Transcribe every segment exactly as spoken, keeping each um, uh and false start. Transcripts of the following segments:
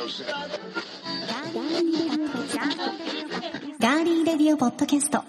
ガーリーレディオポッドキャスト。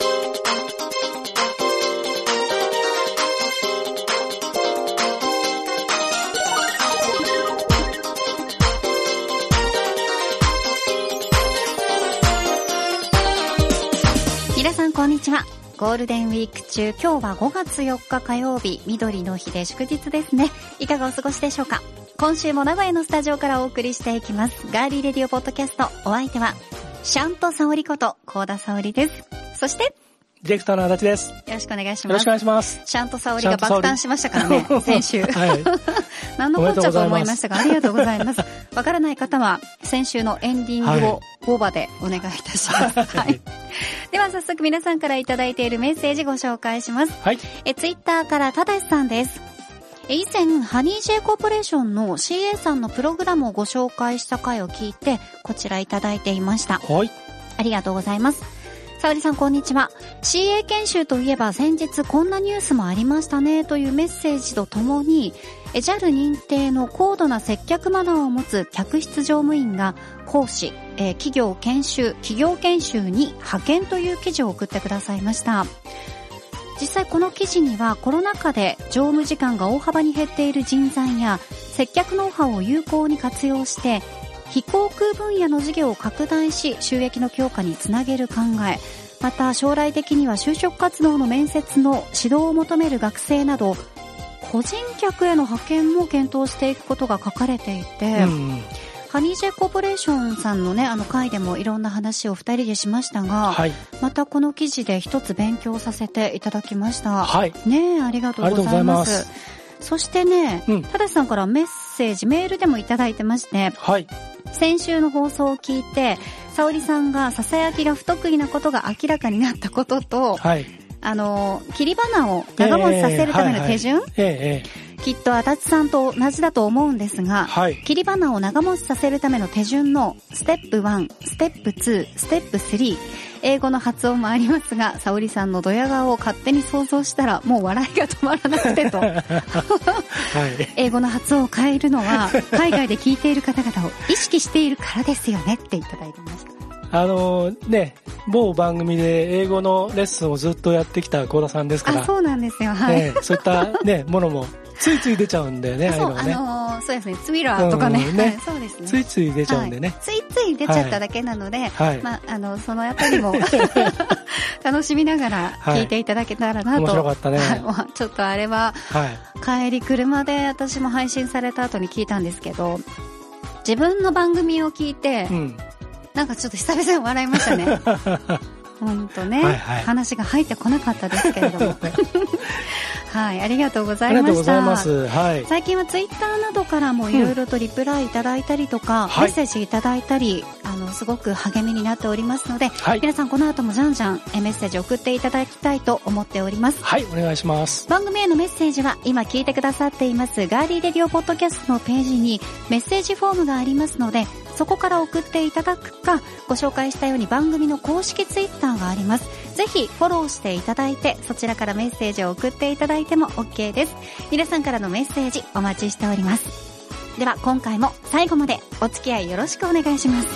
皆さんこんにちは。ゴールデンウィーク中、今日はごがつよっか火曜日、緑の日で祝日ですね。いかがお過ごしでしょうか。今週も名古屋のスタジオからお送りしていきます。ガーリーレディオポッドキャスト、お相手はシャント沙織こと幸田沙織です。そしてディレクターの足立です。 よろしくお願いします。 よろしくお願いします。 シャント沙織が爆誕しましたからね、先週。はい、何のこっちゃと思いましたが、ありがとうございます。わからない方は先週のエンディングをオーバーでお願いいたします。はい。はい、では早速皆さんからいただいているメッセージご紹介します。はい。え、ツイッターからただしさんです。以前ハニー J コーポレーションの シーエー さんのプログラムをご紹介した回を聞いてこちらいただいていました。はい。ありがとうございます。沙織さんこんにちは。 シーエー 研修といえば先日こんなニュースもありましたねというメッセージとともに ジャル 認定の高度な接客マナーを持つ客室乗務員が講師、えー、企業研修企業研修に派遣という記事を送ってくださいました。実際この記事にはコロナ禍で乗務時間が大幅に減っている人材や接客ノウハウを有効に活用して非航空分野の事業を拡大し収益の強化につなげる考え、また将来的には就職活動の面接の指導を求める学生など個人客への派遣も検討していくことが書かれていて、うん、ハニー J コーポレーションさんのねあの回でもいろんな話をふたりでしましたが、はい、またこの記事で一つ勉強させていただきました。はい、ねえありがとうございます。そしてね、うん、ただしさんからメッセージメールでもいただいてまして、はい、先週の放送を聞いて沙織さんがささやきが不得意なことが明らかになったことと、はい、あの切り花を長持ちさせるための手順、えーはいはいえー、きっと足立さんと同じだと思うんですが、はい、切り花を長持ちさせるための手順のステップワン、ステップツー、ステップスリー、英語の発音もありますが沙織さんのドヤ顔を勝手に想像したらもう笑いが止まらなくてと、はい、英語の発音を変えるのは海外で聞いている方々を意識しているからですよねっていただいてました。 あのー、ね某番組で英語のレッスンをずっとやってきた幸田さんですから。 あ、そうなんですよ。はい。 ね、そういったねものもついつい出ちゃうんだよね。 そう、あ、ね、あのー、そうですね。ツイラーとかね。うんねはい、そうですね。 ついつい出ちゃうんでね。はい、 ついつい出ちゃっただけなので、はい、まああのそのあたりも楽しみながら聞いていただけたらなと。 面白かったね。 はい、ちょっとあれは、はい、帰り車で私も配信された後に聞いたんですけど、自分の番組を聞いて、うん、なんかちょっと久々に笑いましたね。本当ね、はいはい、話が入ってこなかったですけれども。はい、ありがとうございました。ありがとうございます。はい、最近はツイッターなどからもいろいろとリプライいただいたりとか、うん、メッセージいただいたり、はい、あのすごく励みになっておりますので、はい、皆さんこの後もじゃんじゃんメッセージ送っていただきたいと思っております。 はい、お願いします。 番組へのメッセージは今聞いてくださっていますガーリーレディオポッドキャストのページにメッセージフォームがありますので、そこから送っていただくか、ご紹介したように番組の公式ツイッターがあります。ぜひフォローしていただいて、そちらからメッセージを送っていただいても OK です。皆さんからのメッセージお待ちしております。では今回も最後までお付き合いよろしくお願いします。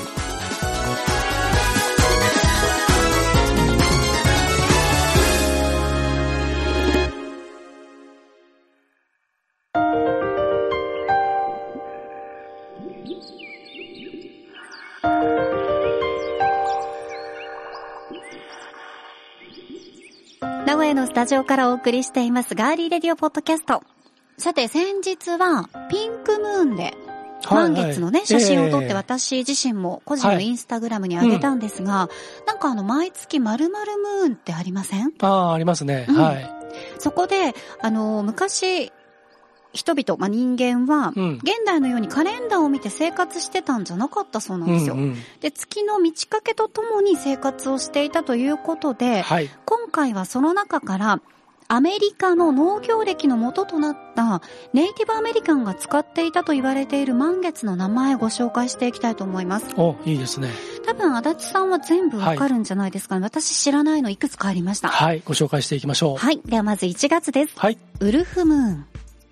名古屋のスタジオからお送りしていますガーリーレディオポッドキャスト。さて先日はピンクムーンで満月のね、はいはい、写真を撮って私自身も個人のインスタグラムに上げたんですが、はいうん、なんかあの毎月〇〇ムーンってありません？ ああ、ありますね、うん、はい。 そこであの昔人々、まあ、人間は、うん、現代のようにカレンダーを見て生活してたんじゃなかったそうなんですよ、うんうん、で月の満ち欠けとともに生活をしていたということで、はい、今回はその中からアメリカの農業歴の元となったネイティブアメリカンが使っていたと言われている満月の名前をご紹介していきたいと思います。 お、いいですね。 多分足立さんは全部わかるんじゃないですかね、はい、私知らないのいくつかありました。 はい、ご紹介していきましょう。 はい、ではまずいちがつです。はい、ウルフムーン。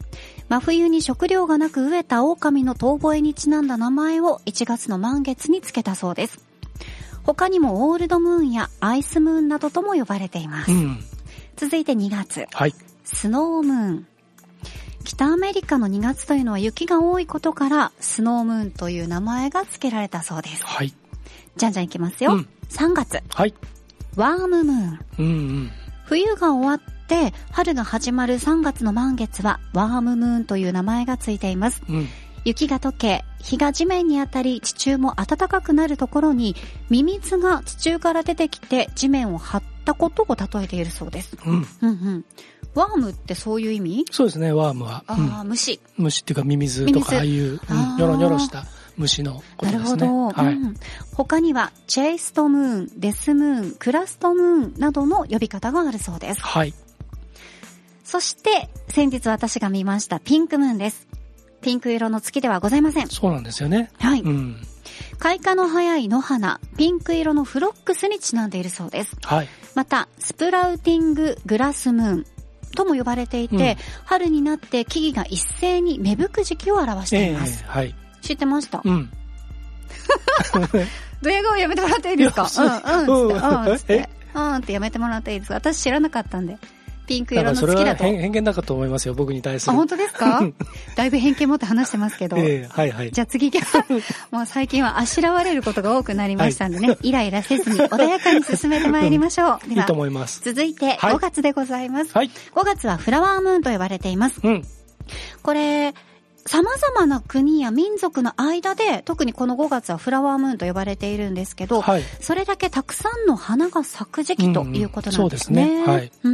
真冬に食料がなく飢えた狼の遠吠えにちなんだ名前をいちがつの満月につけたそうです。他にもオールドムーンやアイスムーンなどとも呼ばれています。うん、続いてにがつ、 はい、 スノームーン。北アメリカのにがつというのは雪が多いことからスノームーンという名前が付けられたそうです。 はい、 じゃんじゃんいきますよ。うん、さんがつ、 はい、 ワームムーン。 うんうん、 冬が終わって春が始まるさんがつの満月はワームムーンという名前がついています。うん、雪が溶け、日が地面に当たり地中も暖かくなるところにミミズが地中から出てきて地面を張ったことを例えているそうです。うんうんうん、ワームってそういう意味？ そうですね、ワームは。 あ、うん、虫。 虫っていうかミミズとかああいう、うん、ニョロニョロした虫のことですね。 なるほど。はい、うん、他にはチェイストムーン、デスムーン、クラストムーンなどの呼び方があるそうです。 はい。 そして先日私が見ましたピンクムーンです。ピンク色の月ではございません。 そうなんですよね。 はい。うん、開花の早い野花、ピンク色のフロックスにちなんでいるそうです。 はい。 また、スプラウティンググラスムーンとも呼ばれていて、うん、春になって木々が一斉に芽吹く時期を表しています。 えー、はい。 知ってました？ うん。 ドヤ顔やめてもらっていいですか？うん、うん、うん、つって。うんってやめてもらっていいですか？私知らなかったんで。ピンク色の月だと。それは偏見だかと思いますよ、僕に対する。 あ、本当ですか？だいぶ偏見持って話してますけど。 えー、はいはい。 じゃあ次、もう最近はあしらわれることが多くなりましたんでね、はい、イライラせずに穏やかに進めてまいりましょう。では、 いいと思います。 続いてごがつでございます。 はい。 ごがつはフラワームーンと呼ばれています。 うん。 これ、様々な国や民族の間で特にこのごがつはフラワームーンと呼ばれているんですけど、はい、それだけたくさんの花が咲く時期ということなんですね。 うんうん、そうですね。はい。 うん。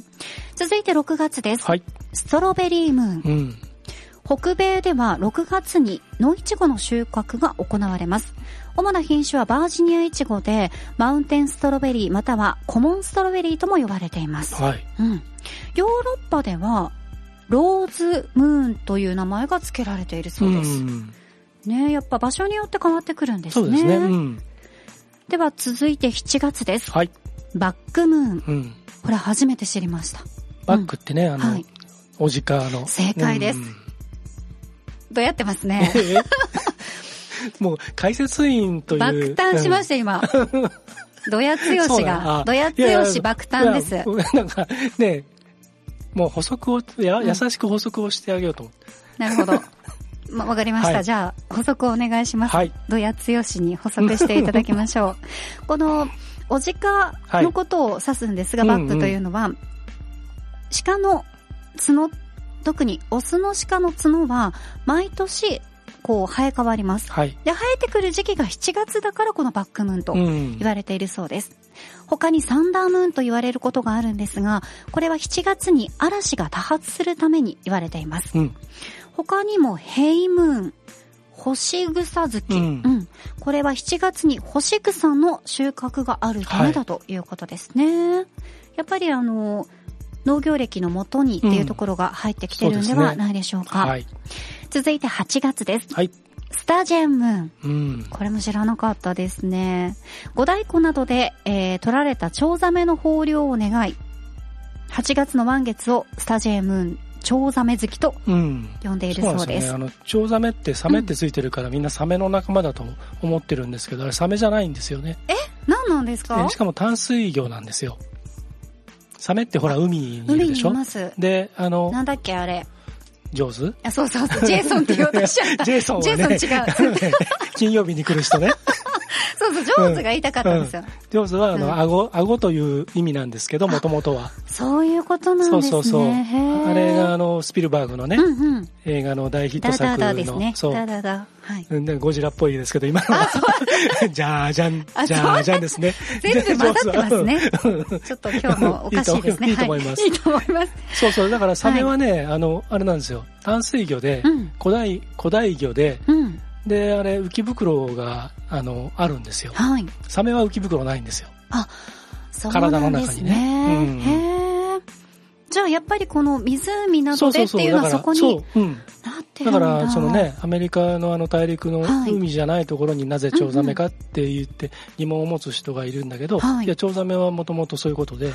続いてろくがつです。 はい。 ストロベリームーン。 うん。 北米ではろくがつに野いちごの収穫が行われます。主な品種はバージニアイチゴで、マウンテンストロベリーまたはコモンストロベリーとも呼ばれています。 はい。 うん。ヨーロッパではローズムーンという名前が付けられているそうです。うん、ね、やっぱ場所によって変わってくるんですね。 そうですね。うん、 では続いてしちがつです。 はい。 バックムーン。 うん、 これ初めて知りました。 バックってね、うん、あの、はい、おじかの。 正解です。うん、どうやってますね。 もう解説員という。 爆誕しました、今。ドヤつよしが。ドヤつよし爆誕です。 なんかね、もう補足をや、優しく補足をしてあげようと思って。 なるほど。ま、わかりました。はい、じゃあ、補足をお願いします。はい。どやつよしに補足していただきましょう。この、おじかのことを指すんですが、はい、バックというのは、うんうん、鹿の角、特にオスの鹿の角は、毎年、こう生え変わります。 はい。 で、生えてくる時期がしちがつだからこのバックムーンと言われているそうです。うん、他にサンダームーンと言われることがあるんですが、これはしちがつに嵐が多発するために言われています。うん、他にもヘイムーン、星草月、うんうん、これはしちがつに干し草の収穫があるためだということですね。はい、やっぱりあの農業歴のもとにっていうところが入ってきてるんではないでしょうか。うん、そうですね。はい。続いてはちがつです。 はい。 スタジェンムーン。 うん。 これも知らなかったですね。五大湖などで、えー、取られたチョウザメの豊漁を願い、はちがつの満月をスタジェンムーン、チョウザメ月と呼んでいるそうです。うん、そうですね。 あの、チョウザメってサメってついてるから、うん、みんなサメの仲間だと思ってるんですけど、あれサメじゃないんですよね。 え？何なんですか？ しかも淡水魚なんですよ。サメってほら海にいるでしょ？ 海にいます。 で、あの、 なんだっけあれ。 ジョーズ？ あ、そうそうそう。ジェイソンって言おうとしちゃった。 ジェイソンはね。 ジェイソン違う。 金曜日に来る人ね。 そうそう、ジョーズが言いたかったんですよ。うんうん、 ジョーズは、あの、うん、顎、顎という意味なんですけど、もともとは。 そういうことなんですね。そうそうそう。 あれが、あの、スピルバーグのね、うんうん、映画の大ヒット作の。 ダダダですね。 そう。 ダダダ。はい。 ゴジラっぽいですけど、今のは。じゃーじゃん、じゃーじゃんですね。 全部混ざってますね。ちょっと今日もおかしいですね。 いいと思います。 いいと思います。 そうそう。だからサメはね、あの、あれなんですよ。淡水魚で、古代、古代魚で、で、あれ、浮き袋が、あの、あるんですよ。はい。サメは浮き袋ないんですよ。 あ、そうなんですね。体の中にね。うん、へー。じゃあ、やっぱりこの湖などでっていうのはそこになってるんだ。 だから、そのね、アメリカのあの大陸の海じゃないところになぜチョウザメかって言って疑問を持つ人がいるんだけど、はい、いや、チョウザメはもともとそういうことで、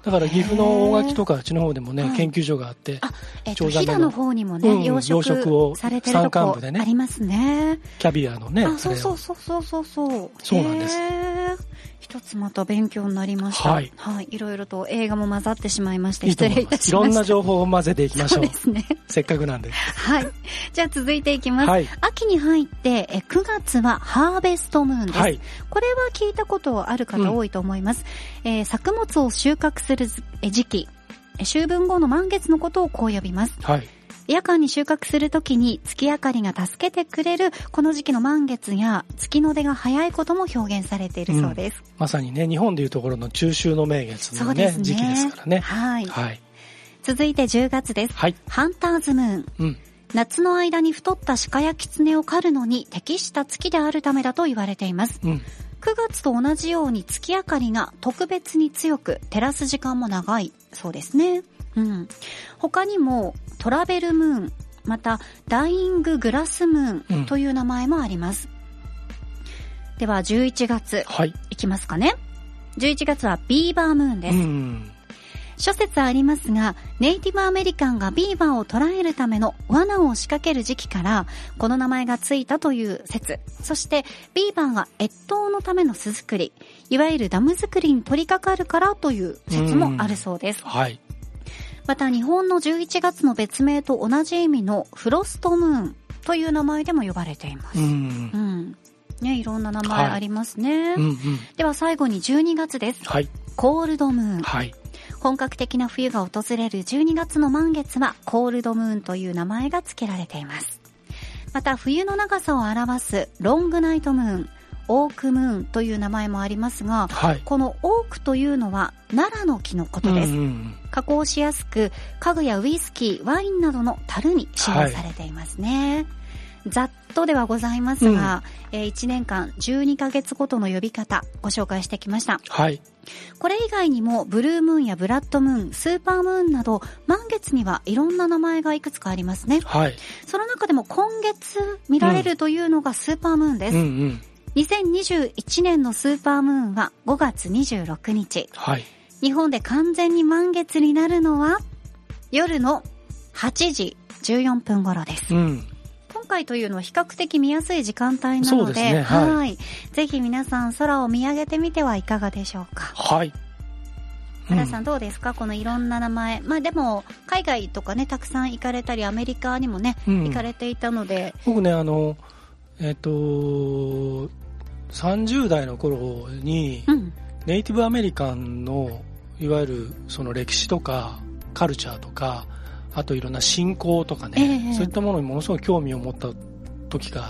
だから岐阜の大垣とかうちの方でもね、はい、研究所があって、 あ、えー、と飛騨の方にもね、うん、養殖をされてるとこありますね。 キャビアのね、 あ、そうそうそうそうそうそうそうなんです。 一つまた勉強になりました。はい、はい、いろいろと映画も混ざってしまいまして失礼いたしました。 いろんな情報を混ぜていきましょう。 そうですね。 せっかくなんで。 はい。じゃあ続いていきます。はい、秋に入ってえくがつはハーベストムーンです。はい、これは聞いたことある方多いと思います。うん、えー、作物を収穫する時期、秋分後の満月のことをこう呼びます。はい。夜間に収穫するときに月明かりが助けてくれるこの時期の満月や月の出が早いことも表現されているそうです。うん、 まさにね、日本でいうところの中秋の名月の、ねね、時期ですからね。 はい。はい。続いてじゅうがつです。はい。ハンターズムーン。うん。夏の間に太った鹿や狐を狩るのに適した月であるためだと言われています。うん。くがつと同じように月明かりが特別に強く照らす時間も長いそうですね。うん。他にもトラベルムーン、またダイインググラスムーンという名前もあります。うん、ではじゅういちがつ、はい、いきますかね。じゅういちがつはビーバームーンです。うん、諸説ありますが、ネイティブアメリカンがビーバーを捕らえるための罠を仕掛ける時期からこの名前がついたという説、そしてビーバーが越冬のための巣作り、いわゆるダム作りに取り掛かるからという説もあるそうです。うん、はい。また日本のじゅういちがつの別名と同じ意味のフロストムーンという名前でも呼ばれています。うん、うん、ね、いろんな名前ありますね。はい、うんうん、では最後にじゅうにがつです。はい、コールドムーン。はい、本格的な冬が訪れるじゅうにがつの満月はコールドムーンという名前が付けられています。また冬の長さを表すロングナイトムーン、オークムーンという名前もありますが、はい、このオークというのはナラの木のことです。うんうん、加工しやすく家具やウイスキー、ワインなどの樽に使用されていますね。はい、ざっとではございますが、うん、えー、いちねんかんじゅうにかげつごとの呼び方ご紹介してきました。はい、これ以外にもブルームーンやブラッドムーン、スーパームーンなど満月にはいろんな名前がいくつかありますね。はい、その中でも今月見られるというのがスーパームーンです。うんうんうん、にせんにじゅういちねんのスーパームーンはごがつにじゅうろくにち。はい。日本で完全に満月になるのは夜のはちじじゅうよんぷん頃です。うん。今回というのは比較的見やすい時間帯なので、そうですね、はい、はい。ぜひ皆さん空を見上げてみてはいかがでしょうか。はい。原さんどうですか、このいろんな名前。まあでも海外とかね、たくさん行かれたりアメリカにもね、うん、行かれていたので。 僕ね、あのえっとさんじゅう代の頃に、うん、ネイティブアメリカンのいわゆるその歴史とかカルチャーとか、あといろんな信仰とかね、えー、そういったものにものすごく興味を持った時があって、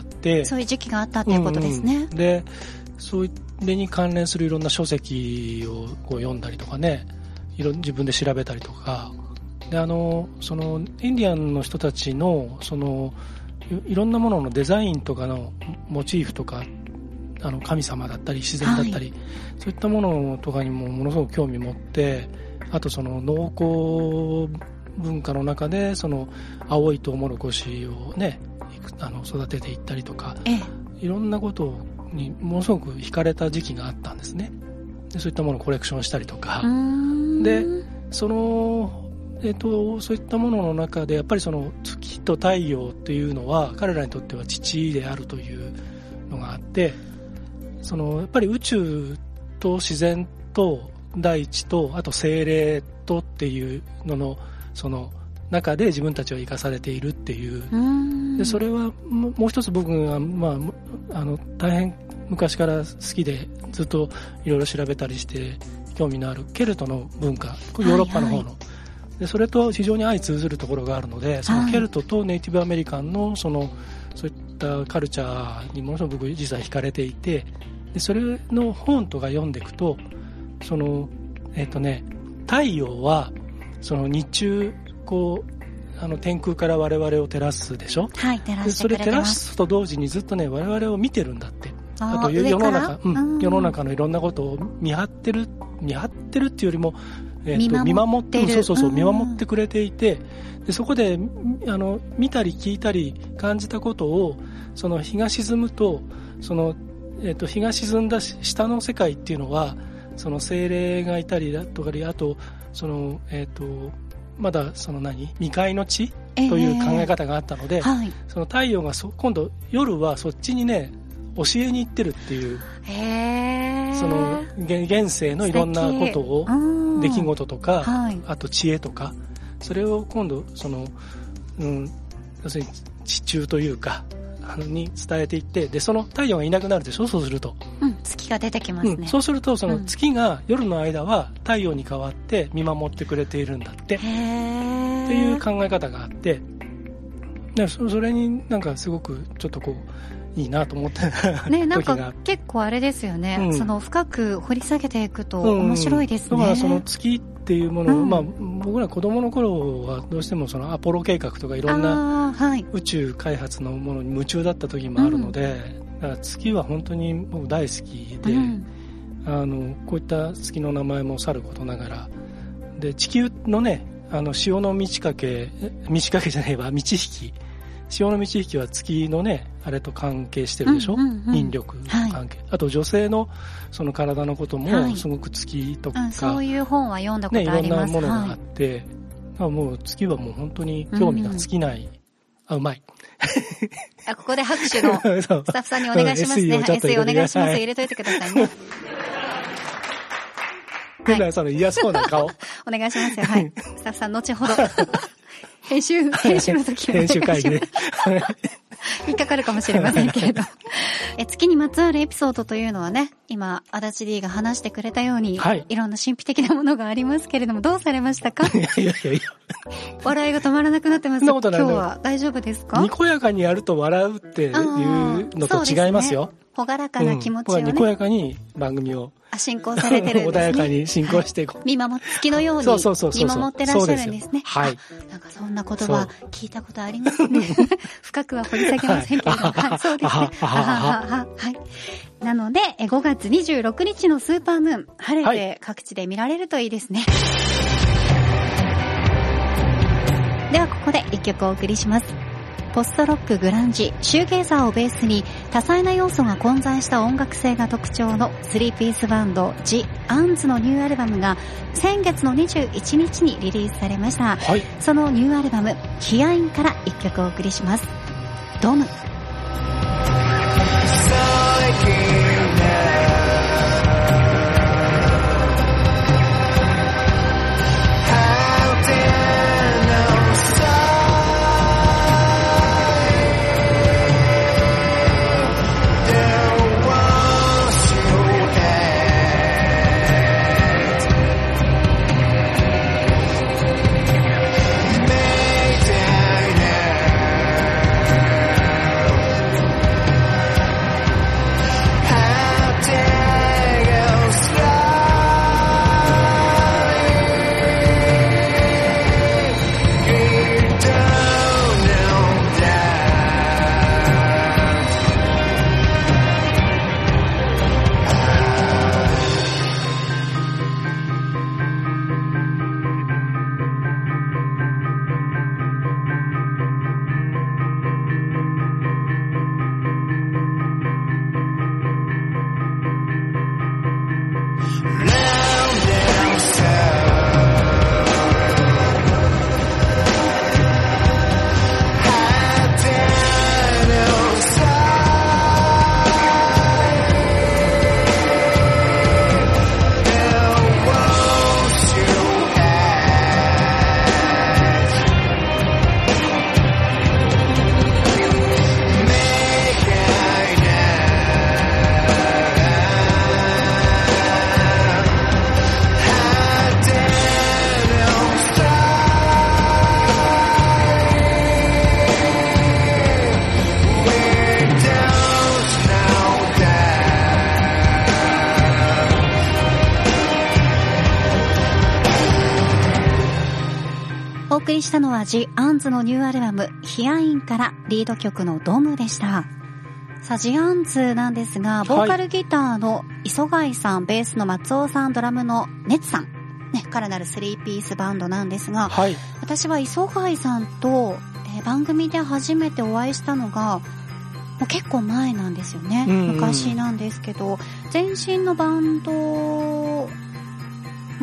そういう時期があったということですね。 うんうん、で、それに関連するいろんな書籍をこう読んだりとかね、いろ自分で調べたりとか、で、あのそのインディアンの人たちのそのいろんなもののデザインとかのモチーフとか、あの神様だったり自然だったり、はい、そういったものとかにもものすごく興味を持って、あとその農耕文化の中でその青いトウモロコシをね、あの育てていったりとか、ええ、いろんなことにものすごく惹かれた時期があったんですね。で、そういったものをコレクションしたりとか、でそのえーと、そういったものの中でやっぱりその月と太陽っていうのは彼らにとっては父であるというのがあって、そのやっぱり宇宙と自然と大地とあと精霊とっていうののその中で自分たちは生かされているっていう、でそれはもう一つ僕が、まあ、あの大変昔から好きでずっといろいろ調べたりして興味のあるケルトの文化、ヨーロッパの方の、はいはい、でそれと非常に相通ずるところがあるので、そのケルトとネイティブアメリカンのそのそういったカルチャーにものすごく僕実は惹かれていて、でそれの本とか読んでいくと、そのえっとね太陽はその日中こうあの天空から我々を照らすでしょ。 はい、照らしてくれてます。 それ照らすと同時にずっとね我々を見てるんだって。あと世の中、うん、世の中のいろんなことを見張ってる見張ってるっていうよりも。えー、と見守ってる、そうそうそう、見守ってくれていて、でそこであの見たり聞いたり感じたことを、その日が沈むと、その、えー、と日が沈んだ下の世界っていうのは、その精霊がいたりだとか、あとその、えー、とまだその何未開の地という考え方があったので、えーはい、その太陽がそ今度夜はそっちにね教えに行ってるっていう、 へー、 その現世のいろんなことを出来事とか、はい、あと知恵とかそれを今度その、うん、要するに地中というかに伝えていって、でその太陽がいなくなるでしょ、そうすると、 うん、月が出てきますね、 うん、そうするとその月が夜の間は太陽に代わって見守ってくれているんだってっていう考え方があって、でそれになんかすごくちょっとこういいなと思ったね、なんか結構あれですよね、うん、その深く掘り下げていくと面白いですね、 うん、だからその月っていうものを、うん、まあ、僕ら子供の頃はどうしてもそのアポロ計画とかいろんな宇宙開発のものに夢中だった時もあるので、うん、だから月は本当に僕大好きで、うん、あのこういった月の名前もさることながらで地球のねあの潮の満ち欠け満ち欠けじゃないわ満ち引き潮の満ち引きは月のねあれと関係してるでしょ、うんうんうん、引力関係、はい、あと女性のその体のこともすごく月とか、はい、うん、 そういう本は読んだことあります、 ね、いろんなものがあって、はい、もう月はもう本当に興味が尽きない、うん、あうまいあここで拍手のスタッフさんにお願いしますね、うん、エスイー お願いします、入れといてくださいねはい、その嫌そうな顔お願いしますよ、はい、スタッフさん後ほど編集、編集の時は編集会議で引っかかるかもしれませんけれどえ月にまつわるエピソードというのはね、今足立 D が話してくれたように、はい、いろんな神秘的なものがありますけれども、どうされましたか？いやいやいや笑いが止まらなくなってます。今日は大丈夫ですか？ にこやかにやると笑うっていうのと違いますよ。 ほがらかな気持ちをね、 うん、にこやかに番組を進行されてるんですね。 穏やかに進行していこう、 はい、見守って月のように見守ってらっしゃるんですね。 はい。 なんかそんな言葉聞いたことありますね。深くは掘り下げませんけれども、はい、そうですね。ははははい。なのでごがつにじゅうろくにちのスーパームーン晴れて各地で見られるといいですね。はい、ではここで一曲お送りします。ポストロック、グランジ、シューゲイザーをベースに多彩な要素が混在した音楽性が特徴のスリーピースバンド The Ans のニューアルバムが先月のにじゅういちにちにリリースされました、はい、そのニューアルバムヒアインから一曲お送りします。ドム。お送りしたのは The Ans のニューアルバムヒアインからリード曲のドムでした。さあ The Ans なんですが、ボーカルギターの磯貝さん、ベースの松尾さん、ドラムの熱さん、ね、からなるスリーピースバンドなんですが、はい、私は磯貝さんと、えー、番組で初めてお会いしたのがもう結構前なんですよね、昔なんですけど、前身のバンドも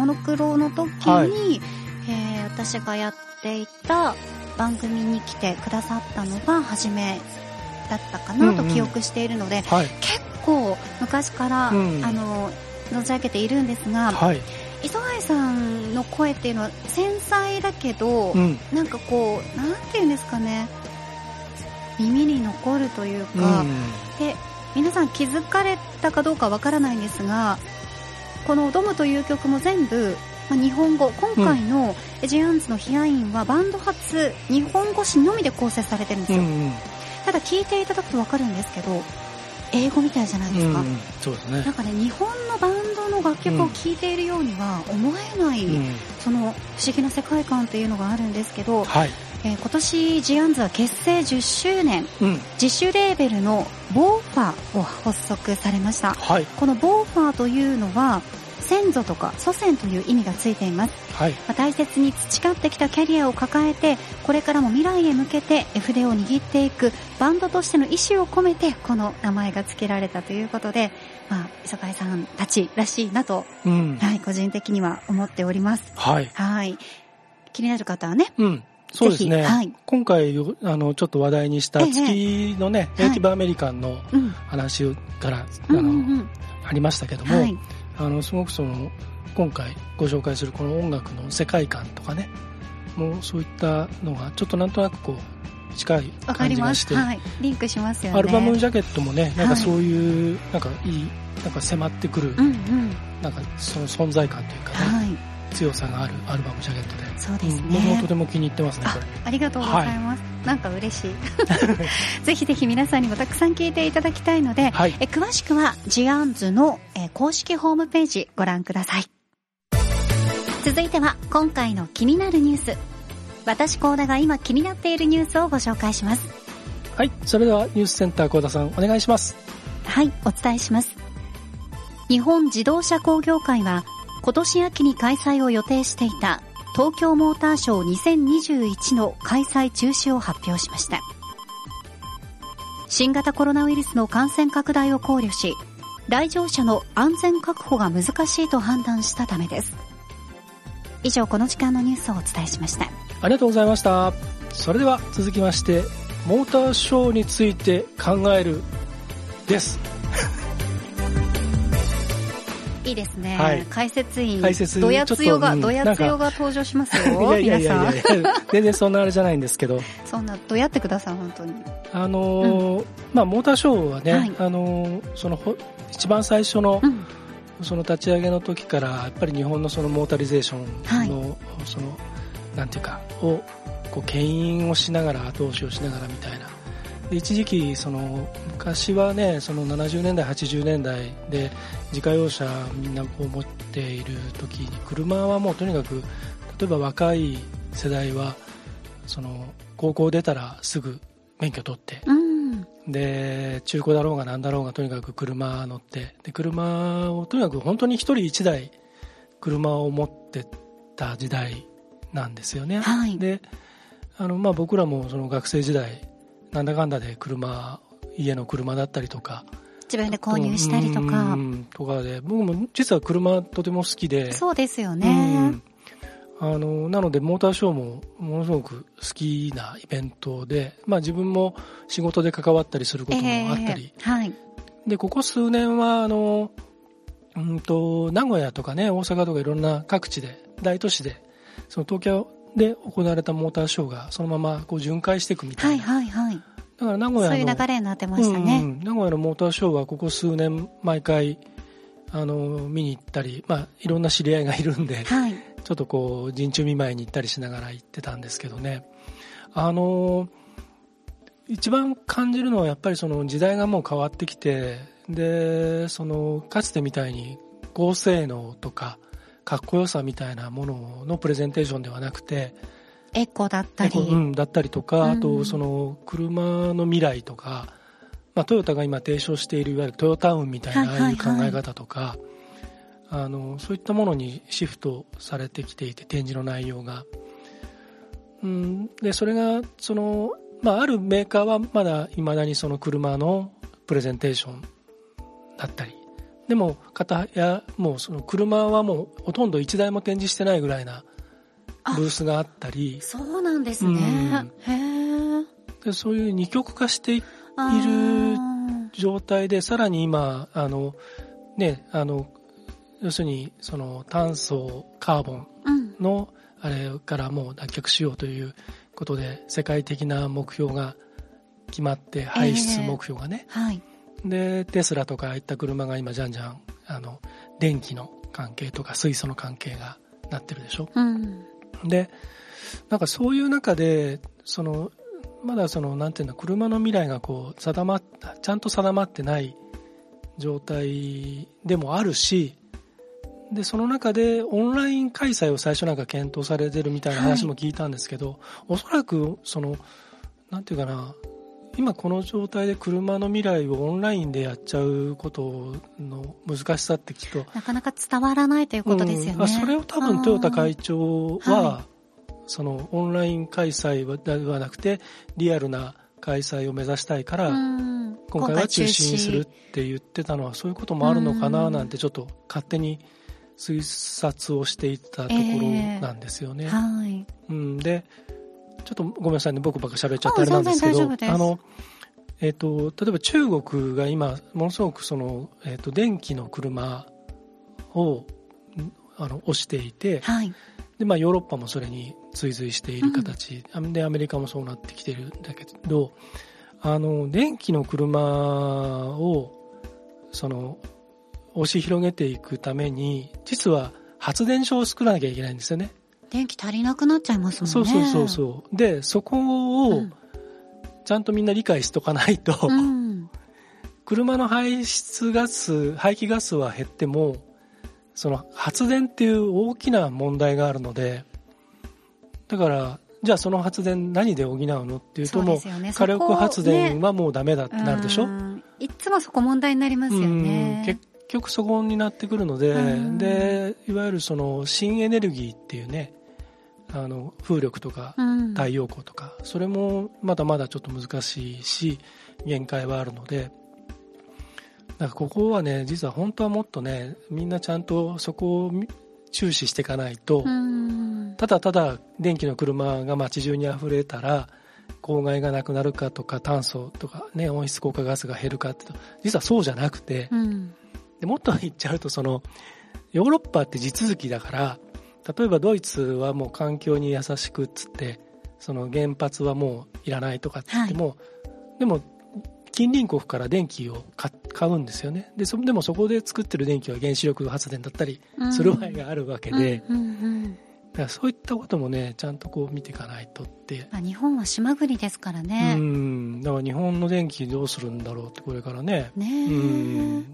モノクロの時に、はい、えー、私がやっていた番組に来てくださったのが初めだったかなと記憶しているので、うんうん、はい、結構昔から、うん、あの存じ上げているんですが、はい、磯貝さんの声っていうのは繊細だけど、うん、なんかこうなんていうんですかね、耳に残るというか、うん、で皆さん気づかれたかどうかわからないんですが、このドムという曲も全部、まあ、日本語、今回のジアンズのヒアインはバンド初日本語詞のみで構成されてるんですよ、うんうん、ただ聞いていただくとわかるんですけど英語みたいじゃないですか、うん、そうですね。なんかね、日本のバンドの楽曲を聴いているようには思えない、うん、その不思議な世界観というのがあるんですけど、はい、えー、今年ジアンズは結成じゅっしゅうねん、うん、自主レーベルのボーファーを発足されました、はい、このボーファーというのは先祖とか祖先という意味がついています、はい、まあ、大切に培ってきたキャリアを抱えてこれからも未来へ向けて絵筆を握っていくバンドとしての意思を込めてこの名前が付けられたということで、まあ、磯貝さんたちらしいなと、うん、はい、個人的には思っております、はいはい、気になる方はね、うん、 そうですね、はい、今回あのちょっと話題にした月のね、ネイティブアメリカンの話から、はい、あの、うんうん、ありましたけども、はい、あのすごくその今回ご紹介するこの音楽の世界観とかね、もうそういったのがちょっとなんとなくこう近い感じがして、 はい、リンクしますよね。 アルバムジャケットもね、なんかそういう、はい、なんかいいなんか迫ってくる、うんうん、なんかその存在感というかね、はい、強さがあるアルバムジャケットで、 そうですね、 うん、僕もとても気に入ってますね、これ。 あ, ありがとうございます、はい、なんか嬉しいぜひぜひ皆さんにもたくさん聞いていただきたいので、はい、え詳しくはジアンズのえ公式ホームページご覧ください。続いては今回の気になるニュース、私高田が今気になっているニュースをご紹介します。 はい、それではニュースセンター高田さんお願いします。 はい、お伝えします。日本自動車工業会は今年秋に開催を予定していた東京モーターショーにせんにじゅういちの開催中止を発表しました。新型コロナウイルスの感染拡大を考慮し、来場者の安全確保が難しいと判断したためです。以上、この時間のニュースをお伝えしました。 ありがとうございました。それでは続きましてモーターショーについて考えるですいいですね、はい、解説員解説ドヤ強が、うん、ドヤ強が登場しますよ。 いやいやいやいや全然そんなあれじゃないんですけどそんなどやってください本当に。 あのーうん、まあモーターショーはね、はい、あのー、その一番最初の、うん、その立ち上げの時からやっぱり日本のそのモータリゼーションの、はい、そのなんていうかをこう牽引をしながら後押しをしながらみたいな。で一時期その昔はね、そのななじゅうねんだいはちじゅうねんだいで自家用車みんなこう持っている時に車はもうとにかく例えば若い世代はその高校出たらすぐ免許取って、うん、で中古だろうが何だろうがとにかく車乗ってで車をとにかく本当に一人一台車を持ってた時代なんですよね、はい、であのまあ僕らもその学生時代なんだかんだで車家の車だったりとか自分で購入したりとか、 うん、とかで僕も実は車とても好きで。 そうですよね、 うん、あのなのでモーターショーもものすごく好きなイベントで、まあ、自分も仕事で関わったりすることもあったり、えーはい、でここ数年はあの、うんと名古屋とかね大阪とかいろんな各地で大都市でその東京で行われたモーターショーがそのままこう巡回していくみたいな、はいはいはい、だから名古屋のそういう流れになってましたね、 うん、名古屋のモーターショーはここ数年毎回あの見に行ったり、まあ、いろんな知り合いがいるんで、はい、ちょっとこう陣中見舞いに行ったりしながら行ってたんですけどね、あの一番感じるのはやっぱりその時代がもう変わってきて、でそのかつてみたいに高性能とかかっこよさみたいなもののプレゼンテーションではなくてエコだったり、 うん、だったりとか、あとその車の未来とか、まあ、トヨタが今提唱しているいわゆるトヨタウンみたいなああいう考え方とか、はいはいはい、あのそういったものにシフトされてきていて展示の内容が、うん、でそれがその、まあ、あるメーカーはまだいまだにその車のプレゼンテーションだったりでも片やもうその車はもうほとんどいちだいも展示してないぐらいなブースがあったり。 そうなんですね、うん、へでそういう二極化している状態で、さらに今あのねあの要するにその炭素カーボンのあれからもう脱却しようということで世界的な目標が決まって、排出目標がね、 えーはい、 でテスラとかああいった車が今じゃんじゃんあの電気の関係とか水素の関係がなってるでしょ、 うん、 でなんかそういう中でそのまだそのなんていうの車の未来がこう定まっちゃんと定まってない状態でもあるし、でその中でオンライン開催を最初なんか検討されてるみたいな話も聞いたんですけど、はい、おそらくそのなんていうかな、今この状態で車の未来をオンラインでやっちゃうことの難しさってきっとなかなか伝わらないということですよね、 うん、それを多分トヨタ会長は、はい、そのオンライン開催ではなくてリアルな開催を目指したいから今回は中止にするって言ってたのはそういうこともあるのかななんてちょっと勝手に推察をしていたところなんですよね、 えーはいうん、でちょっとごめんなさいね僕ばっか喋っちゃってあれなんですけど、あの、えーと、例えば中国が今ものすごくその、えーと、電気の車をあの推していて、 はいでまあ、ヨーロッパもそれに追随している形、うん、でアメリカもそうなってきてるんだけど、あの電気の車をその押し広げていくために実は発電所を作らなきゃいけないんですよね。 電気足りなくなっちゃいますもんね。 そうそうそうそうでそこをちゃんとみんな理解しとかないと、うん、車の排出ガス排気ガスは減ってもその発電っていう大きな問題があるので、だからじゃあその発電何で補うのっていうともう火力発電はもうダメだってなるでしょ、 ね、いつもそこ問題になりますよね。 結局そこになってくるので、でいわゆるその新エネルギーっていうねあの風力とか太陽光とか、それもまだまだちょっと難しいし限界はあるので、だからここはね実は本当はもっとねみんなちゃんとそこを注視していかないと、ただただ電気の車が街中にあふれたら公害がなくなるかとか炭素とかね温室効果ガスが減るかってと実はそうじゃなくて、うん、でもっと言っちゃうとそのヨーロッパって地続きだから、例えばドイツはもう環境に優しくっつってその原発はもういらないとかって言っても、はい、でも近隣国から電気を買うんですよね。で、そでもそこで作ってる電気は原子力発電だったりする場合があるわけで、うんうんうん、だからそういったこともねちゃんとこう見ていかないとって。 まあ、日本は島国ですからね。 うん、だから日本の電気どうするんだろうってこれからね。 ねうん、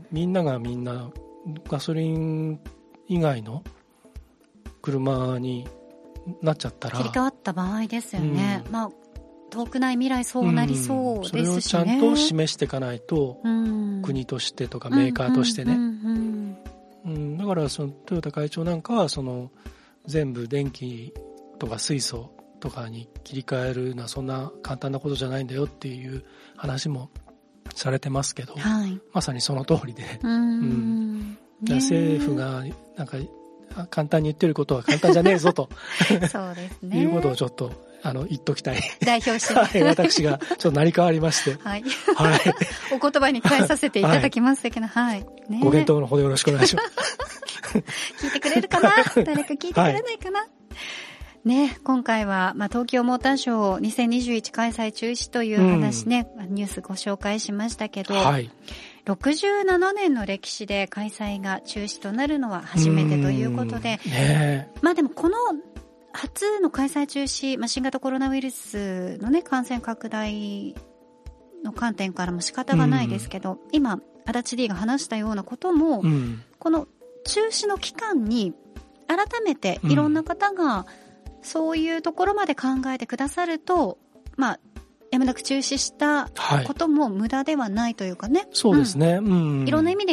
みんながみんなガソリン以外の車になっちゃったら切り替わった場合ですよね、うん、まあ遠くない未来そうなりそうですしね、うん、 それをちゃんと示していかないと、うん、国としてとかメーカーとしてね、うんうんうんうん、だからそのトヨタ会長なんかはその全部電気とか水素とかに切り替えるのはそんな簡単なことじゃないんだよっていう話もされてますけど、はい、まさにその通りで、うんうんね、政府がなんか簡単に言ってることは簡単じゃねえぞとそうですねいうことをちょっとあの言っときたい代表して、はい、 私がちょっと成り代わりましてはい、はい、お言葉に変えさせていただきますけど、はい、ね、 ご検討のほどよろしくお願いします聞いてくれるかな誰か聞いてくれないかな、はいね、今回は、まあ、東京モーターショーにせんにじゅういち開催中止という話ね、うん、ニュースご紹介しましたけど、はい、ろくじゅうななねんの歴史で開催が中止となるのは初めてということで、ね、まあでもこの初の開催中止、まあ、新型コロナウイルスのね感染拡大の観点からも仕方がないですけど、うん、今足立 D が話したようなことも、うん、この中止の期間に改めていろんな方が、うんそういうところまで考えてくださると、まあ、やむなく中止したことも無駄ではないというかね。 はい、そうですね、うん。 いろんな意味で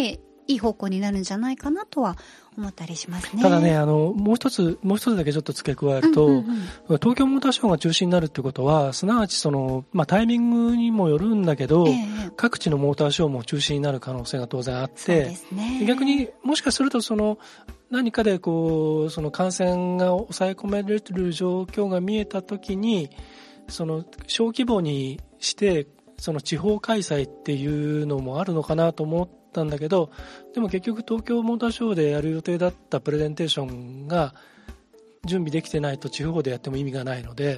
いい方向になるんじゃないかなとは思ったりしますね。 ただね、あのもう一つもう一つだけちょっと付け加えると、うんうんうん、東京モーターショーが中止になるってことは、すなわちその、まあ、タイミングにもよるんだけど、えー、各地のモーターショーも中止になる可能性が当然あって、そうですね、逆にもしかするとその何かでこうその感染が抑え込める状況が見えたときに、その小規模にしてその地方開催っていうのもあるのかなと思ったんだけど、でも結局東京モーターショーでやる予定だったプレゼンテーションが準備できてないと地方でやっても意味がないので、うん、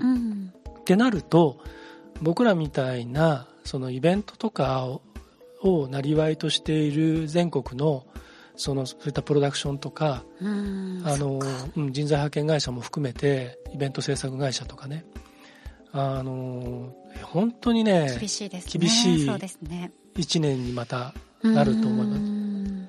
ってなると僕らみたいなそのイベントとかをを生業としている全国のそのそういったプロダクションとか、うんあのうん、人材派遣会社も含めてイベント制作会社とかね、あの本当にね厳しいですね。 厳しいそうですね。 いちねんにまたなると思います。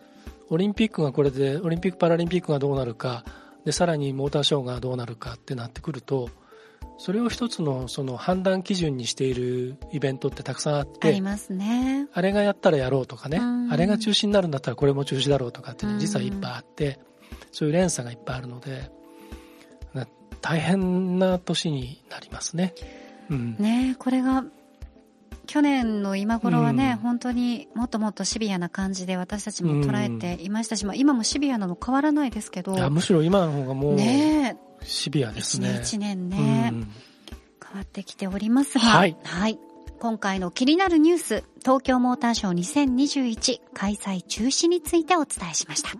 オリンピックがこれでオリンピックパラリンピックがどうなるかで、さらにモーターショーがどうなるかってなってくると、それを一つのその判断基準にしているイベントってたくさんあって、 ありますね。 あれがやったらやろうとかね、あれが中止になるんだったらこれも中止だろうとかっていうの実はいっぱいあって、そういう連鎖がいっぱいあるので大変な年になりますね。うん、 ねえ、これが去年の今頃はね、うん、本当にもっともっとシビアな感じで私たちも捉えていましたし、うん、今もシビアなの変わらないですけど、 いやむしろ今の方がもうねシビアですね。 いちねんね、うん、変わってきておりますが、はい、はい、今回の気になるニュース、東京モーターショーにせんにじゅういち開催中止についてお伝えしました。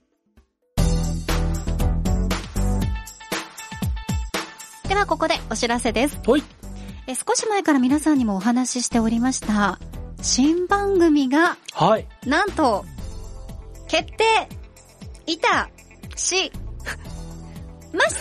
ではここでお知らせです。 はい、 え少し前から皆さんにもお話ししておりました新番組が、 はい、 なんと決定いたしました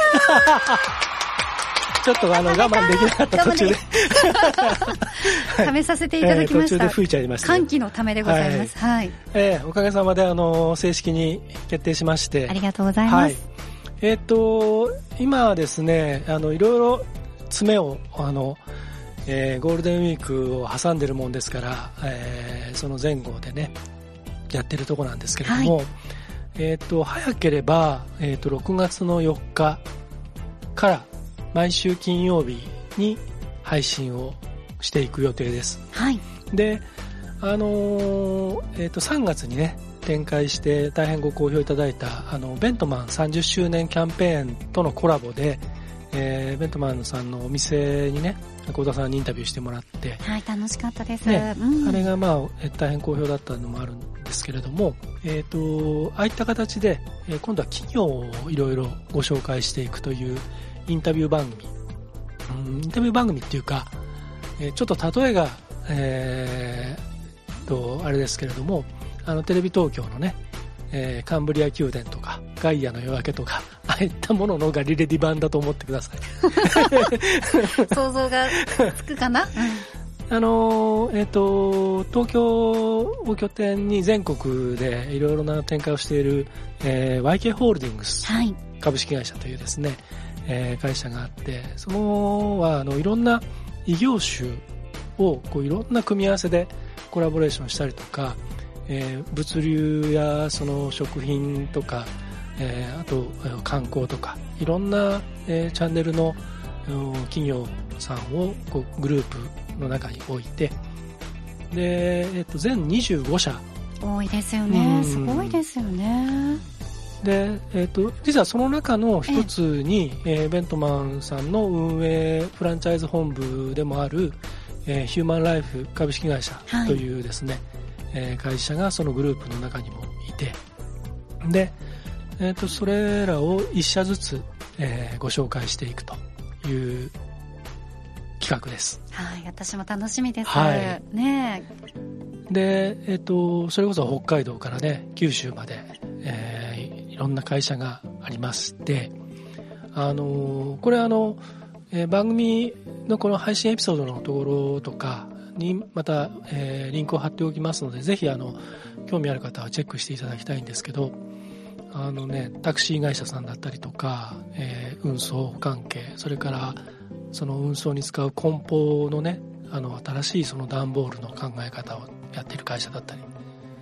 ちょっとあの我慢できなかった途中で試めさせていただきました、 えー、途中で吹いちゃいました。 歓喜のためでございます。はい、はい、 えー、おかげさまであの正式に決定しまして、 ありがとうございます。はい、 えっと今はですね、あのいろいろ詰めをあの、えー、ゴールデンウィークを挟んでるもんですから、えー、その前後でねやってるとこなんですけれども、はい、えっと早ければ、えー、とろくがつのよっかから毎週金曜日に配信をしていく予定です。 はい、 で、あのーえー、とさんがつにね展開して大変ご好評いただいたあのベントマンさんじゅっしゅうねんキャンペーンとのコラボで、えー、ベントマンさんのお店にね幸田さんにインタビューしてもらって、 はい、楽しかったです、 ね、 うん、 あれがまあ大変好評だったのもあるんですけれども、えー、とああいった形で、えー、今度は企業をいろいろご紹介していくというインタビュー番組、うん、インタビュー番組っていうか、えー、ちょっと例えが、えー、とあれですけれども、あのテレビ東京のね、えー、カンブリア宮殿とかガイアの夜明けとかああいったもののガリレディ版だと思ってください想像がつくかな、 うん、あのー、えっ、ー、と東京を拠点に全国でいろいろな展開をしている、えー、ワイケー ホールディングス株式会社というですね、えー、会社があって、そのはあのいろんな異業種をこういろんな組み合わせでコラボレーションしたりとか、えー、物流やその食品とか、えー、あと観光とかいろんな、えー、チャンネルの企業さんをこうグループの中に置いて、で、えー、と全にじゅうごしゃ多いですよね。すごいですよね。 で、えー、と実はその中の一つに、えー、ベントマンさんの運営フランチャイズ本部でもある、えー、ヒューマンライフ株式会社というですね、はい、えー、会社がそのグループの中にもいて、で、えー、とそれらを一社ずつ、えー、ご紹介していくという企画です。 はい、私も楽しみです。 はい、 ねえ。で、えー、とそれこそ北海道からね九州まで、えー、いろんな会社がありまして、あのー、これあの、えー、番組のこの配信エピソードのところとかにまた、えー、リンクを貼っておきますので、ぜひあの興味ある方はチェックしていただきたいんですけど、あのねタクシー会社さんだったりとか、えー、運送関係、それからその運送に使う梱包のね、あの新しいその段ボールの考え方をやっている会社だったり、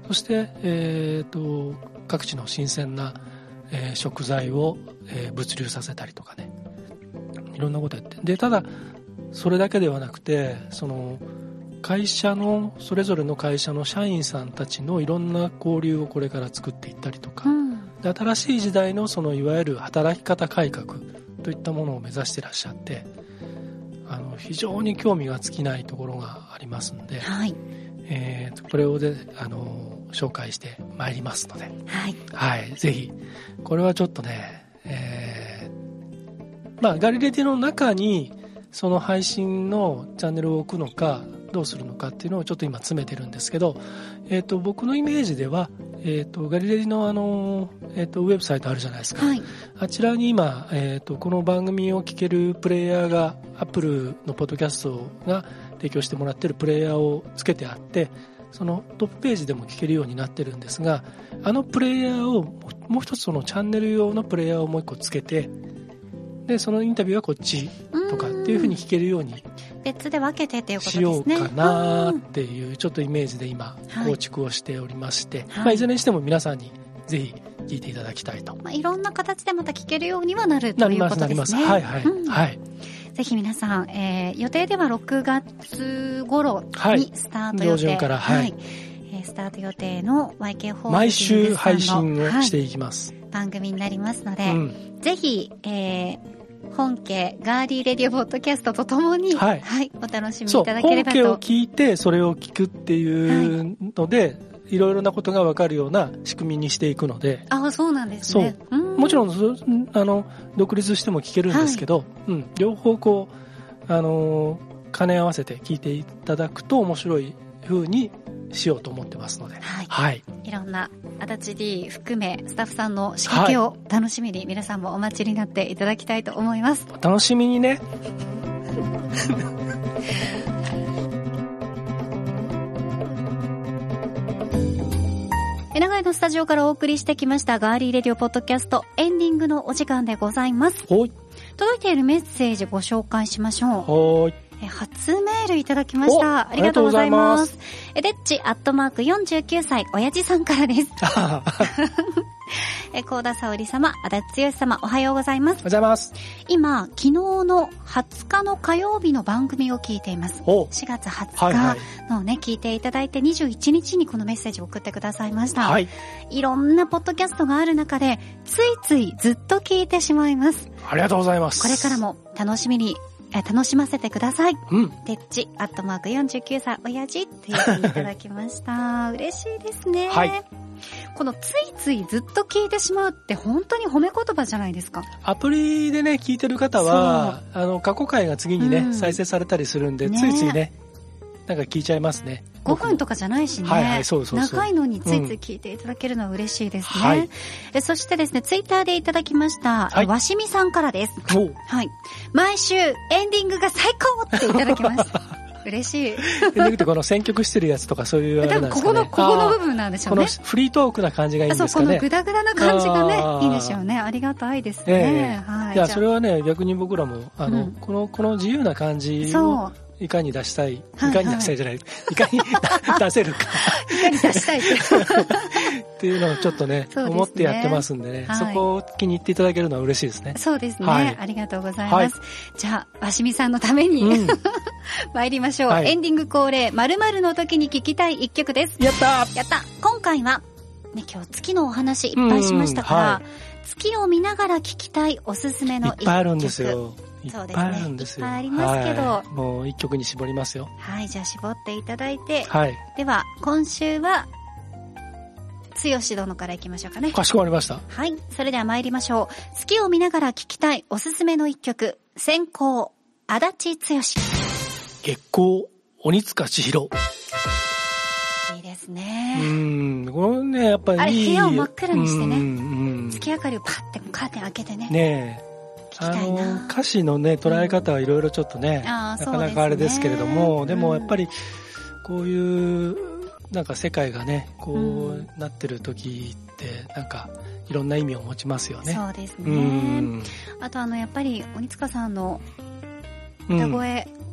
そして、えー、と各地の新鮮な、えー、食材を、えー、物流させたりとかね、いろんなことやって、でただそれだけではなくて、その会社のそれぞれの会社の社員さんたちのいろんな交流をこれから作っていったりとか、うん、で新しい時代のそのいわゆる働き方改革といったものを目指していらっしゃって、あの非常に興味が尽きないところがありますので、はい、えー、これをであの紹介してまいりますので、はいはい、ぜひこれはちょっとね、えーまあ、ガリレディの中にその配信のチャンネルを置くのかどうするのかっていうのをちょっと今詰めてるんですけど、えー、と僕のイメージでは、えー、とガリレディの、あの、えー、とウェブサイトあるじゃないですか、はい、あちらに今、えー、とこの番組を聞けるプレイヤーが Apple のポッドキャストが提供してもらってるプレイヤーをつけてあって、そのトップページでも聞けるようになってるんですが、あのプレイヤーをもう一つ、そのチャンネル用のプレイヤーをもう一個つけて、でそのインタビューはこっちとかっていう風に聞けるように別で分けてっていうことですね。 しようかなっていうちょっとイメージで今構築をしておりまして、はい、まあ、いずれにしても皆さんにぜひ聞いていただきたいと、 まあ、いろんな形でまた聞けるようにはなるということですね。なります、なります。はいはい、うん、はい。ぜひ皆さん、えー、予定ではろくがつ頃にスタート予定、はい、上旬から、はいはい、えー、スタート予定の ワイケー ホールディングスさんの毎週配信をしていきます、 はい、番組になりますので、うん、ぜひ、えー本家ガーリーレディオポッドキャストとともに、はいはい、お楽しみいただければと。 そう、本家を聞いてそれを聞くっていうので、はい、いろいろなことが分かるような仕組みにしていくので。 ああ、そうなんですね。 そう、もちろんあの独立しても聞けるんですけど、はい、うん、両方こうあの兼ね合わせて聞いていただくと面白い風にしようと思ってますので、はい、はい、 いろんな足立 D 含めスタッフさんの仕掛けを楽しみに皆さんもお待ちになっていただきたいと思います。 お楽しみにね。 長屋のスタジオからお送りしてきましたガーリーレディオポッドキャスト、エンディングのお時間でございます。はい、届いているメッセージご紹介しましょう。はい、え初メールいただきました。ありがとうございます。えレッチアットマークよんじゅうきゅうさい親父さんからです。え高田沙織様、足立剛様、おはようございます。おはようございます。 今昨日のはつかの火曜日の番組を聞いています。しがつはつかのね、はいはい、聞いていただいてにじゅういちにちにこのメッセージを送ってくださいました。はい、いろんなポッドキャストがある中でついついずっと聞いてしまいます。 ありがとうございます。 これからも楽しみにえ楽しませてください。うん。てっちアットマークよんじゅうきゅうさい親父っていうふうにいただきました。嬉しいですね。はい。このついついずっと聞いてしまうって本当に褒め言葉じゃないですか。 アプリでね聞いてる方はあの過去回が次にね、うん、再生されたりするんで、ね、ついついねなんか聞いちゃいますね。 ごふんとかじゃないしね、はいはい、そうそうそう、長いのについつい聞いていただけるのは嬉しいですね、うん、はい、でそしてですねツイッターでいただきました、はい、わしみさんからです。はい、毎週エンディングが最高っていただきました嬉しい。エンディングってこの選曲してるやつとかそういうあれなんですかね。 多分ここのここの部分なんでしょうね。 このフリートークな感じがいいんですかね。 そう、このグダグダな感じがねいいんでしょうね。ありがたいですね、えー、はい。 いやそれはね逆に僕らもあの、うん、このこの自由な感じをいかに出したい、いかに出したいじゃない、はいはい、いかに出せるかいかに出したいっていうのをちょっと ね, ね思ってやってますんでね、はい、そこを気に入っていただけるのは嬉しいですね。 そうですね、はい、ありがとうございます、はい、じゃあわしみさんのために、うん、参りましょう、はい、エンディング恒例〇〇の時に聞きたい一曲です。 やったやった今回は、ね、今日月のお話いっぱいしましたから、はい、月を見ながら聞きたいおすすめの一曲いっぱいあるんですよ。そうですね、いっぱいあるんですよ。いっぱいありますけど、はい、 もう一曲に絞りますよ。 はい、じゃあ絞っていただいて、はい、では今週は剛殿からいきましょうかね。 かしこまりました。 はい、それでは参りましょう。月を見ながら聞きたいおすすめの一曲、先行足立剛。 月光鬼塚千尋。 いいですね。 うん、これねやっぱりいい。 あれ部屋を真っ暗にしてね、うんうん、月明かりをパッてカーテン開けてね。 ねえ。あの歌詞のね捉え方はいろいろちょっとね、うん、なかなかあれですけれども、で, ね、でもやっぱりこういうなんか世界がねこう、うん、なってる時ってなんかいろんな意味を持ちますよね。 そうですね、うん、あとあのやっぱり鬼塚さんの歌声、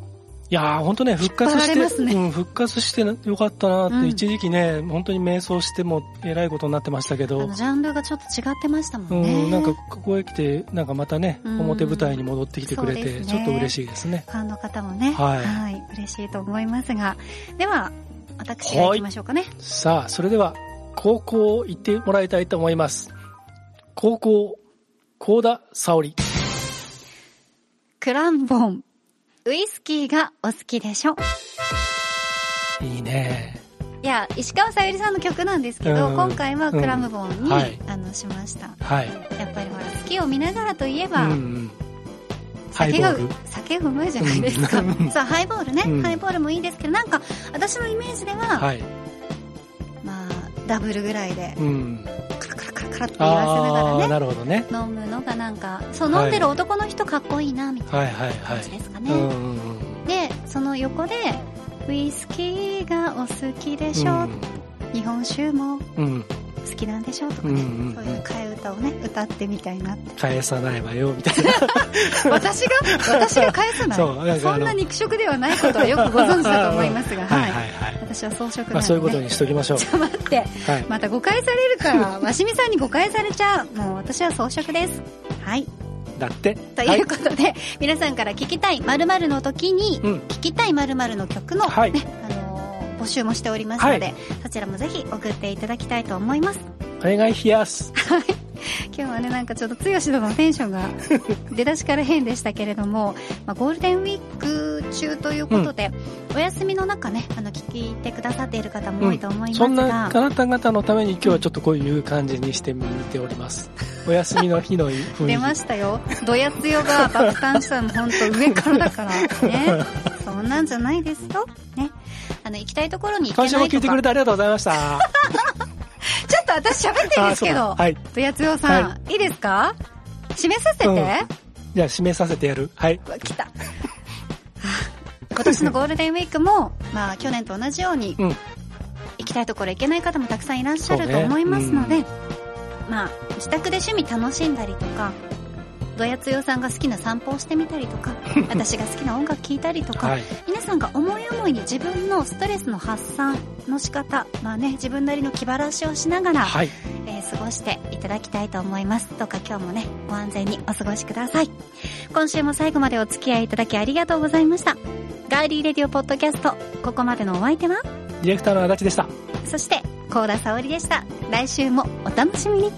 いやー本当ね、復活して、 ね、 うん、復活してよかったなって、うん、一時期ね、本当に迷走してもえらいことになってましたけど、 あのジャンルがちょっと違ってましたもんね。 うん、なんかここへ来て、なんかまたね、うん、表舞台に戻ってきてくれて、ね、ちょっと嬉しいですね。 ファンの方もね、はい、はい、嬉しいと思いますが、では、私が行きましょうかね。 さあ、それでは、高校行ってもらいたいと思います。高校、幸田沙織。 クランボン。ウイスキーがお好きでしょ。 いいね。 いや、石川さゆりさんの曲なんですけど、うん、今回はクラムボンに、うん、はい、あのしました。はい。やっぱりほら、月を見ながらといえば、うん、酒が酒がうまいじゃないですか。うん、さあハイボールね、うん、ハイボールもいいですけど、なんか私のイメージでは、はい、まあダブルぐらいで、うん、カラカラカラカラって言わせながらね、 なるほどね、 飲むのがなんかそう飲んでる男の人かっこいいなみたいな感じですかね。でその横でウイスキーがお好きでしょ、うん、日本酒も好きなんでしょとかね、うんうんうん、そういう替え歌をね歌ってみたいなって。 返さないわよみたいな私が私が返さない そ, うなんそんな肉食ではないことはよくご存知だと思いますがはいはい、はい、私は草食なので、ね、まあ、 そういうことにしときましょう。 ちょっと待って、はい、また誤解されるからわしみさんに誤解されちゃう。もう私は草食です。はいだってということで、はい、皆さんから聞きたい〇〇の時に、うん、聞きたい〇〇の曲の、ね、はい、あのー、募集もしておりますので、はい、そちらもぜひ送っていただきたいと思います。 お願いします。 はい。今日はねなんかちょっと剛殿のテンションが出だしから変でしたけれども、まあ、ゴールデンウィーク中ということで、うん、お休みの中ねあの聞いてくださっている方も多いと思いますが、うん、 そんなあなた方のために今日はちょっとこういう感じにしてみております。お休みの日の雰囲気出ましたよ。どやつよが爆誕したの本当上からだからねそんなんじゃないですよね。あの行きたいところに行けないとか。 今週も聞いてくれてありがとうございましたちょっと私喋ってるんですけど、はい、どやつよさん、はい、いいですか？締めさせて、うん、 じゃあ締めさせてやる。はい。 来た今年のゴールデンウィークも、まあ、去年と同じように、うん、行きたいところ行けない方もたくさんいらっしゃると思いますので、ね、うん、まあ、自宅で趣味楽しんだりとか、どやつよさんが好きな散歩をしてみたりとか私が好きな音楽聴いたりとか、はい、皆さんが思い思いに自分のストレスの発散の仕方、まあね、自分なりの気晴らしをしながら、はい、えー、過ごしていただきたいと思います。どうか今日もねご安全にお過ごしください。今週も最後までお付き合いいただきありがとうございました。ガーリーレディオポッドキャスト、ここまでのお相手はディレクターの足立でした。 そして幸田沙織でした。来週もお楽しみに。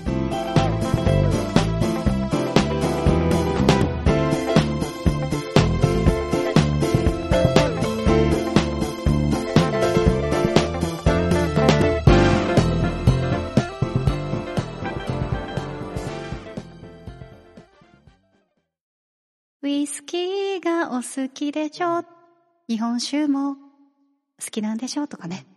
ウイスキーがお好きでしょ、日本酒も好きなんでしょとかね。